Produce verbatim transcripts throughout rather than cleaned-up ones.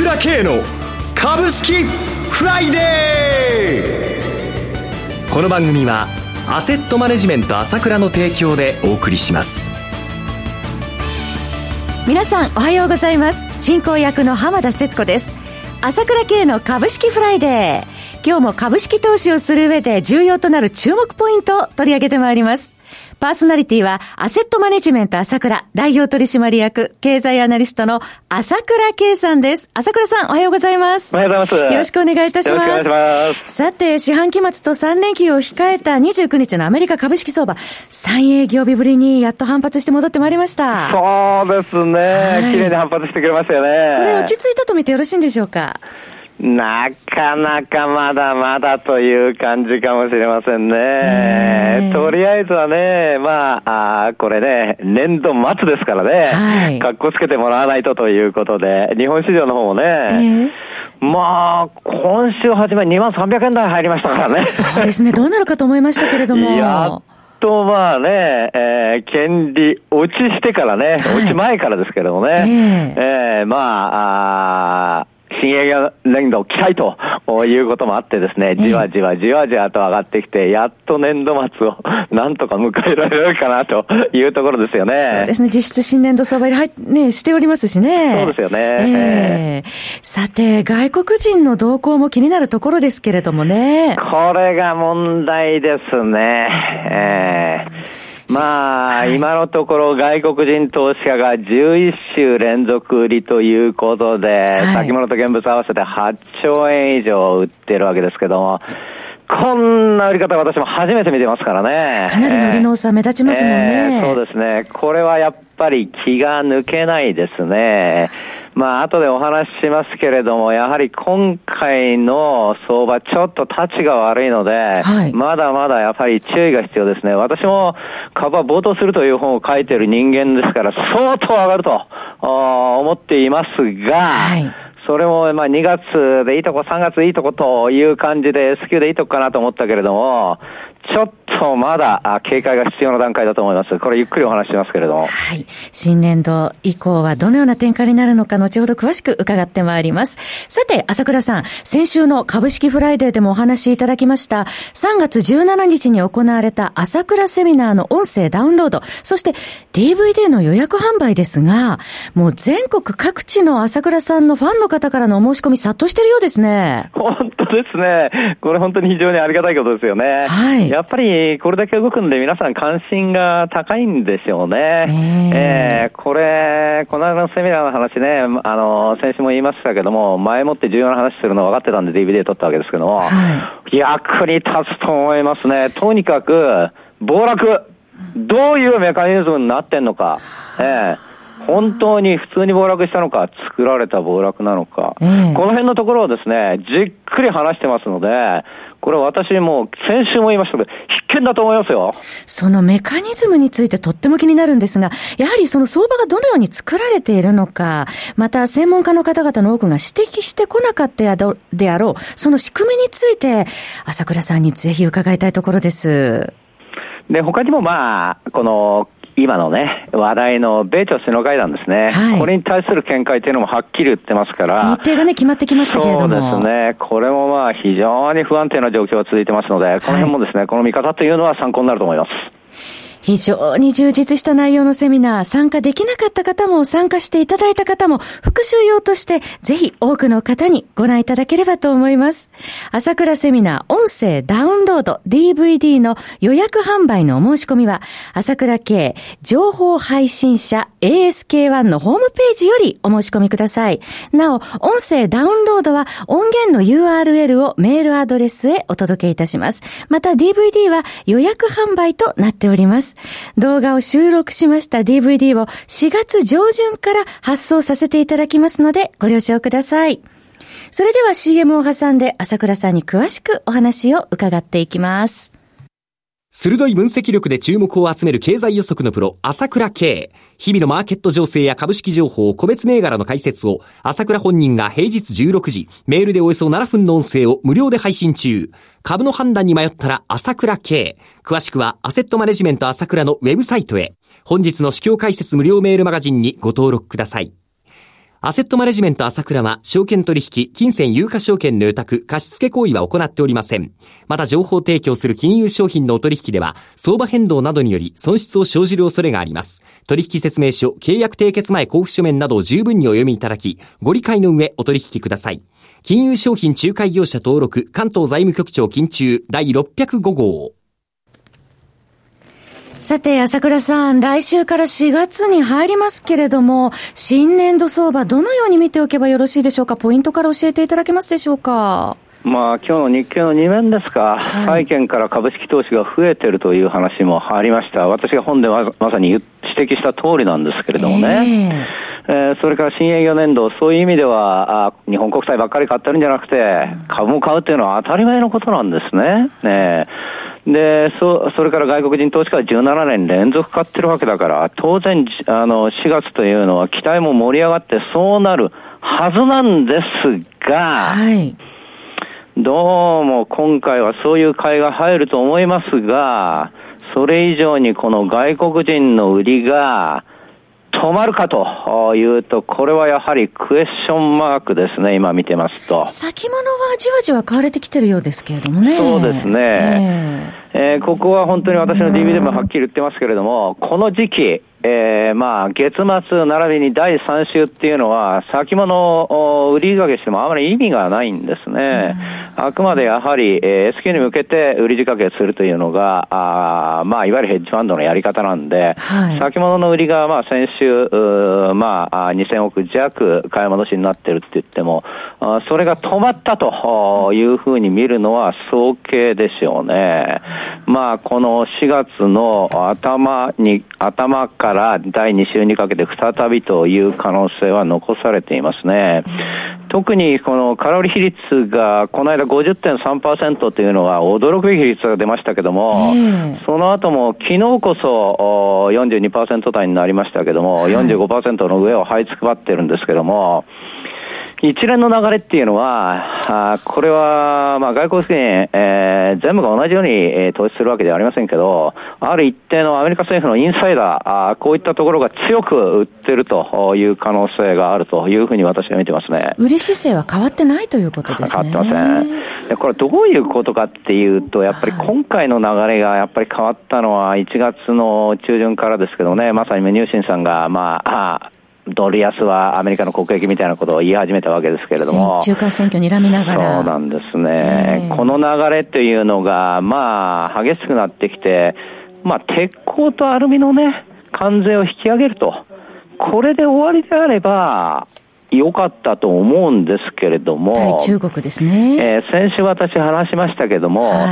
倉慶の株式フライデー。この番組はアセットマネジメント朝倉の提供でお送りします。 皆さんおはようございます。進行役の浜田節子です。朝倉慶の株式フライデー。今日も株式投資をする上で重要となる注目ポイントを取り上げてまいります。パーソナリティはアセットマネジメント朝倉代表取締役経済アナリストの朝倉慶さんです。朝倉さんおはようございます。 おはようございます。 よろしくお願いいたします。よろしくお願いします。さて四半期末とさん連休を控えたにじゅうくにちのアメリカ株式相場、さん営業日ぶりにやっと反発して戻ってまいりました。 そうですね、はい、綺麗に反発してくれましたよね。 これ落ち着いたと見てよろしいんでしょうか。 なかなかまだまだという感じかもしれませんね。とりあえずはね、まあ、あこれね、年度末ですからね、はい、格好つけてもらわないとということで、日本市場の方もね、えー、まあ、今週初めにまんさんびゃくえん台入りましたからね。 そうですね、どうなるかと思いましたけれども。 やっとまあね、えー、権利落ちしてからね、はい、落ち前からですけどもね、えーえー、まあ、あ新営業年度期待ということもあってですね、じわじわじわじわと上がってきて、やっと年度末をなんとか迎えられるかなというところですよね。 そうですね、実質新年度相場に入って、ね、しておりますしね。 そうですよね。 えー、さて、外国人の動向も気になるところですけれどもね。 これが問題ですね。えーまあ、今のところ外国人投資家がじゅういっ週連続売りということで、はい、先物と現物合わせてはっちょうえん以上売ってるわけですけども、こんな売り方私も初めて見てますからね。 かなりの売りの多さ目立ちますもんね、 えー、そうですね。これはやっぱり気が抜けないですね。まあ、後でお話ししますけれども、やはり今回の相場、ちょっと立ちが悪いので、はい、まだまだやっぱり注意が必要ですね。私も株は暴騰するという本を書いている人間ですから、相当上がると思っていますが、はい、それもまあにがつでいいとこ、さんがついいとこという感じで S q でいいとこかなと思ったけれども、ちょっとまだ警戒が必要な段階だと思います。これゆっくりお話ししますけれども。 はい。新年度以降はどのような展開になるのか後ほど詳しく伺ってまいります。さて、朝倉さん、先週の株式フライデーでもお話しいただきましたさんがつじゅうしちにちに行われた朝倉セミナーの音声ダウンロード、そして ディーブイディー の予約販売ですが、もう全国各地の朝倉さんのファンの方からのお申し込み殺到してるようですね。 本当ですね。これ本当に非常にありがたいことですよね。はい。やっぱりこれだけ動くんで皆さん関心が高いんでしょうね。えー、えー、これ、この間のセミナーの話ね、あの、先週も言いましたけども、前もって重要な話するの分かってたんで ディーブイディー 撮ったわけですけども、はい、役に立つと思いますね。とにかく、暴落、どういうメカニズムになってんのか、えー本当に普通に暴落したのか、作られた暴落なのか、えー、この辺のところをですね、じっくり話してますので、これ私も先週も言いましたけど、必見だと思いますよ。 そのメカニズムについてとっても気になるんですが、やはりその相場がどのように作られているのか、また専門家の方々の多くが指摘してこなかったであろう、その仕組みについて、朝倉さんにぜひ伺いたいところです。 で、他にもまあ、この、今のね、話題の米朝首脳会談ですね、はい、これに対する見解というのもはっきり言ってますから、 日程がね、決まってきましたけれども。 そうですね、これもまあ非常に不安定な状況が続いてますので、この辺もですね、はい、この見方というのは参考になると思います。 非常に充実した内容のセミナー、参加できなかった方も参加していただいた方も復習用としてぜひ多くの方にご覧いただければと思います。朝倉セミナー音声ダウンロード ディーブイディー の予約販売のお申し込みは朝倉系情報配信者 エーエスケーワン のホームページよりお申し込みください。なお、音声ダウンロードは音源の ユーアールエル をメールアドレスへお届けいたします。また ディーブイディー は予約販売となっております。動画を収録しました ディーブイディー をしがつじょうじゅんから発送させていただきますのでご了承ください。それでは シーエム を挟んで朝倉さんに詳しくお話を伺っていきます。 鋭い分析力で注目を集める経済予測のプロ、朝倉慶。日々のマーケット情勢や株式情報、個別銘柄の解説を、朝倉本人が平日じゅうろくじ、メールでおよそななふんの音声を無料で配信中。株の判断に迷ったら朝倉慶。詳しくは、アセットマネジメント朝倉のウェブサイトへ。本日の市況解説無料メールマガジンにご登録ください。 アセットマネジメント朝倉は、証券取引、金銭有価証券の予託、貸付行為は行っておりません。また、情報提供する金融商品のお取引では、相場変動などにより損失を生じる恐れがあります。取引説明書、契約締結前交付書面などを十分にお読みいただき、ご理解の上お取引ください。金融商品仲介業者登録、関東財務局長金中第ろっぴゃくご号。 さて、朝倉さん、来週からしがつに入りますけれども、新年度相場、どのように見ておけばよろしいでしょうか。ポイントから教えていただけますでしょうか。 まあ、今日の日経のに面ですか、はい、債券から株式投資が増えているという話もありました。私が本ではまさに指摘した通りなんですけれどもね、えーえー、それから新営業年度、そういう意味ではあ日本国債ばっかり買ってるんじゃなくて、株も買うっていうのは当たり前のことなんですね。ねで、そ、それから外国人投資家はじゅうななねん連続買ってるわけだから、当然、あの、しがつというのは期待も盛り上がってそうなるはずなんですが、はい、どうも今回はそういう買いが入ると思いますが、それ以上にこの外国人の売りが止まるかというと、これはやはりクエスチョンマークですね、今見てますと。 先物はじわじわ買われてきてるようですけれどもね。 そうですね。えーえー、ここは本当に私の ディーブイディー もはっきり言ってますけれども、この時期、えー、まあ、月末並びにだいさん週っていうのは、先物を売り掛けしてもあまり意味がないんですね。あくまでやはり、えー、エスキュー に向けて売り仕掛けするというのが、あまあ、いわゆるヘッジファンドのやり方なんで、はい、先物の売りが、まあ、先週、まあ、にせんおく弱買い戻しになってるって言っても、あそれが止まったというふうに見るのは早計でしょうね。まあ、このしがつの頭に、頭からだいに週にかけて再びという可能性は残されていますね。特にこの空売り比率がこの間 ごじゅってんさんパーセント というのは驚くべき比率が出ましたけども、その後も昨日こそ よんじゅうにパーセント 台になりましたけども、よんじゅうごパーセント の上を這いつくばってるんですけども、一連の流れっていうのは、あこれは、まあ、外国人、えー、全部が同じように、えー、投資するわけではありませんけど、ある一定のアメリカ政府のインサイダー、あこういったところが強く売ってるという可能性があるというふうに私は見てますね。 売り姿勢は変わってないということですね。 変わってません。でこれどういうことかっていうと、やっぱり今回の流れがやっぱり変わったのはいちがつの中旬からですけどね、まさに入信さんが、まあ、あドル安はアメリカの国益みたいなことを言い始めたわけですけれども、 中間選挙にらみながら。 そうなんですね、えー、この流れっていうのがまあ激しくなってきて、まあ鉄鋼とアルミのね関税を引き上げると、これで終わりであれば良かったと思うんですけれども、 対中国ですね、 えー、先週私話しましたけども、はい、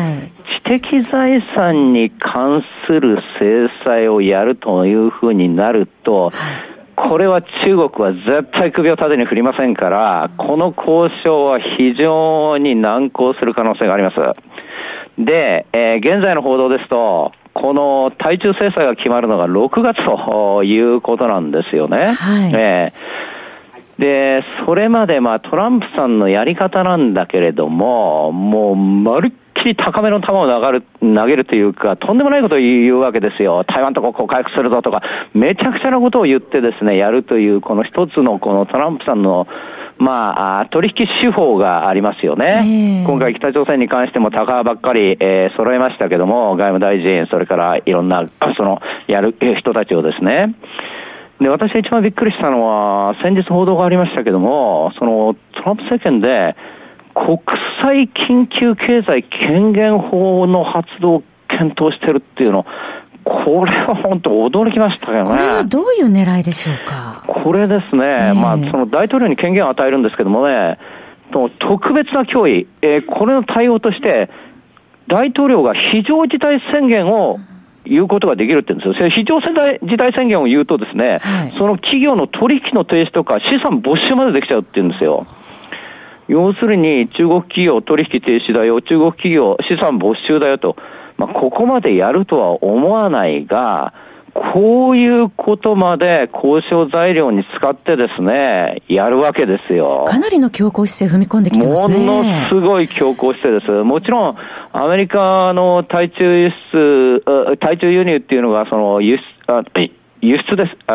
知的財産に関する制裁をやるというふうになると、はい、これは中国は絶対首を縦に振りませんから、この交渉は非常に難航する可能性があります。で、えー、現在の報道ですと、この対中制裁が決まるのがろくがつということなんですよね。はい、えー、で、それまでまあトランプさんのやり方なんだけれども、もうまるっきり高めの球を投げる、投げるというか、とんでもないことを言うわけですよ。台湾と国交を回復するぞとか、めちゃくちゃなことを言ってですね、やるという、この一つのこのトランプさんの、まあ、取引手法がありますよね。今回北朝鮮に関しても高ばっかり、えー、揃えましたけども、外務大臣、それからいろんな、その、やる人たちをですね。で、私が一番びっくりしたのは、先日報道がありましたけども、その、トランプ政権で、国際緊急経済権限法の発動を検討してるっていうの、これは本当驚きましたよね。 これはどういう狙いでしょうか。 これですね、えー、まあその大統領に権限を与えるんですけどもね、特別な脅威、えー、これの対応として大統領が非常事態宣言を言うことができるって言うんですよ。非常事態宣言を言うとですね、はい、その企業の取引の停止とか資産没収までできちゃうって言うんですよ。要するに中国企業取引停止だよ、中国企業資産没収だよと、まあ、ここまでやるとは思わないが、こういうことまで交渉材料に使ってですね、やるわけですよ。 かなりの強硬姿勢踏み込んできてますね。 ものすごい強硬姿勢です。もちろん、アメリカの対中輸出、対中輸入っていうのが、その輸出、あ輸出です。あの、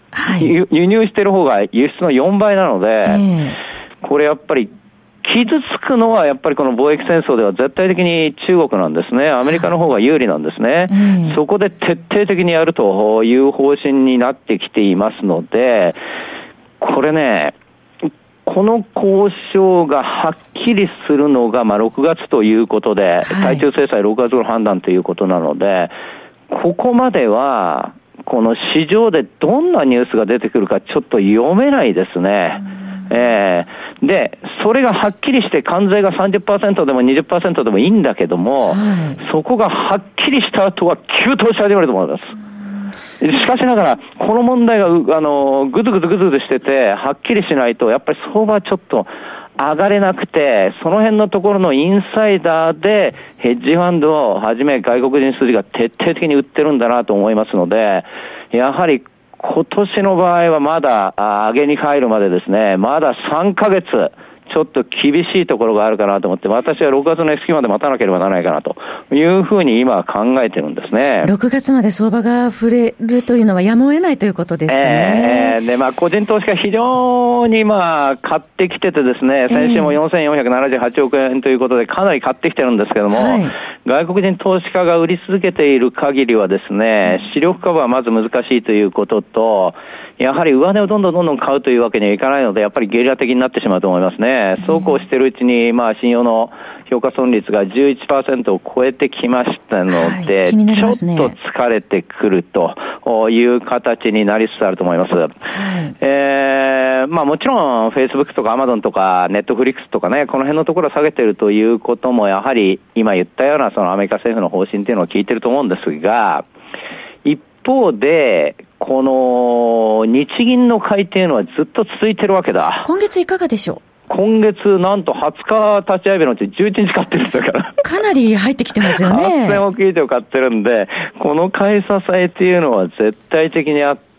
はい、輸入してる方が輸出のよんばいなので、えー、これやっぱり傷つくのはやっぱりこの貿易戦争では絶対的に中国なんですね。アメリカの方が有利なんですね。はい、そこで徹底的にやるという方針になってきていますので、これね、この交渉がはっきりするのがまあろくがつということで、はい、対中制裁ろくがつの判断ということなので、ここまではこの市場でどんなニュースが出てくるかちょっと読めないですね。えー、で、それがはっきりして関税が さんじゅっパーセント でも にじゅっパーセント でもいいんだけども、はい、そこがはっきりした後は急騰し始めると思います。しかしながら、この問題が、あの、ぐずぐずぐずぐずしてて、はっきりしないと、やっぱり相場はちょっと上がれなくて、その辺のところのインサイダーで、ヘッジファンドをはじめ外国人筋が徹底的に売ってるんだなと思いますので、やはり今年の場合はまだ、上げに入るまでですね、まださんかげつ、ちょっと厳しいところがあるかなと思って、私はろくがつの エスキー まで待たなければならないかなというふうに今は考えてるんですね。 ろくがつまで相場が触れるというのはやむを得ないということですかね。 えー、で、まあ、個人投資家非常にまあ、買ってきててですね、先週もよんせんよんひゃくななじゅうはちおくえんということでかなり買ってきてるんですけども、はい、外国人投資家が売り続けている限りはですね、主力株はまず難しいということと、やはり上値をどんどんどんどん買うというわけにはいかないので、やっぱりゲリラ的になってしまうと思いますね。そうこうしているうちに、まあ、信用の評価損率が じゅういちパーセント を超えてきましたので、はいね、ちょっと疲れてくるという形になりつつあると思います。はい、えー、まあもちろん Facebook とか Amazon とか Netflix とかね、この辺のところを下げているということも、やはり今言ったようなそのアメリカ政府の方針というのを聞いていると思うんですが、一方で、この日銀の買いというのはずっと続いてるわけだ。 今月いかがでしょう？ 今月なんとはつか立ち会い日のうちじゅういちにち買ってるんですから。 かなり入ってきてますよね。 はっせんおく以上買ってるんで、この買い支えっていうのは絶対的にあって、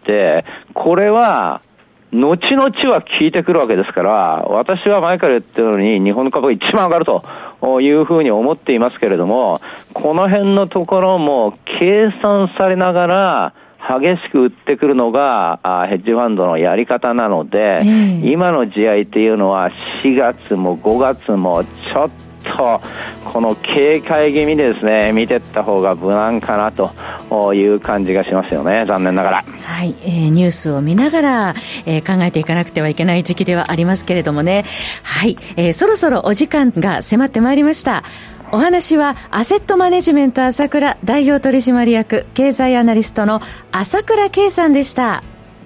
これは、後々は効いてくるわけですから、私は前から言ってるように日本の株が一番上がるというふうに思っていますけれども、この辺のところも計算されながら、激しく売ってくるのがヘッジファンドのやり方なので、えー、今の試合っていうのはしがつもごがつもちょっとこの警戒気味でですね見ていった方が無難かなという感じがしますよね。残念ながら、 はい、えー、ニュースを見ながら、えー、考えていかなくてはいけない時期ではありますけれどもね。はい、えー、そろそろお時間が迫ってまいりました。お話はアセットマネジメント朝倉代表取締役経済アナリストの朝倉圭さんでした。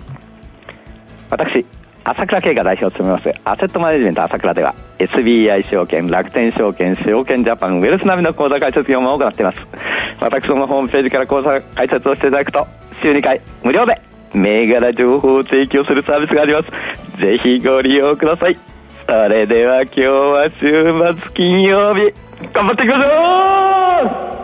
私朝倉圭が代表を務めますアセットマネジメント朝倉では エスビーアイ 証券、楽天証券、証券ジャパン、ウェルスナビの口座開設業務を行っています。私どものホームページから口座開設をしていただくと週にかい無料で銘柄情報を提供するサービスがあります。ぜひご利用ください。それでは今日は週末金曜日頑張っていきましょう。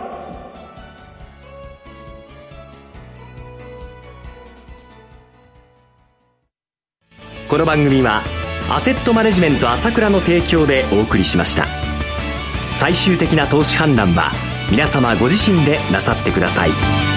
この番組はアセットマネジメント朝倉の提供でお送りしました。最終的な投資判断は皆様ご自身でなさってください。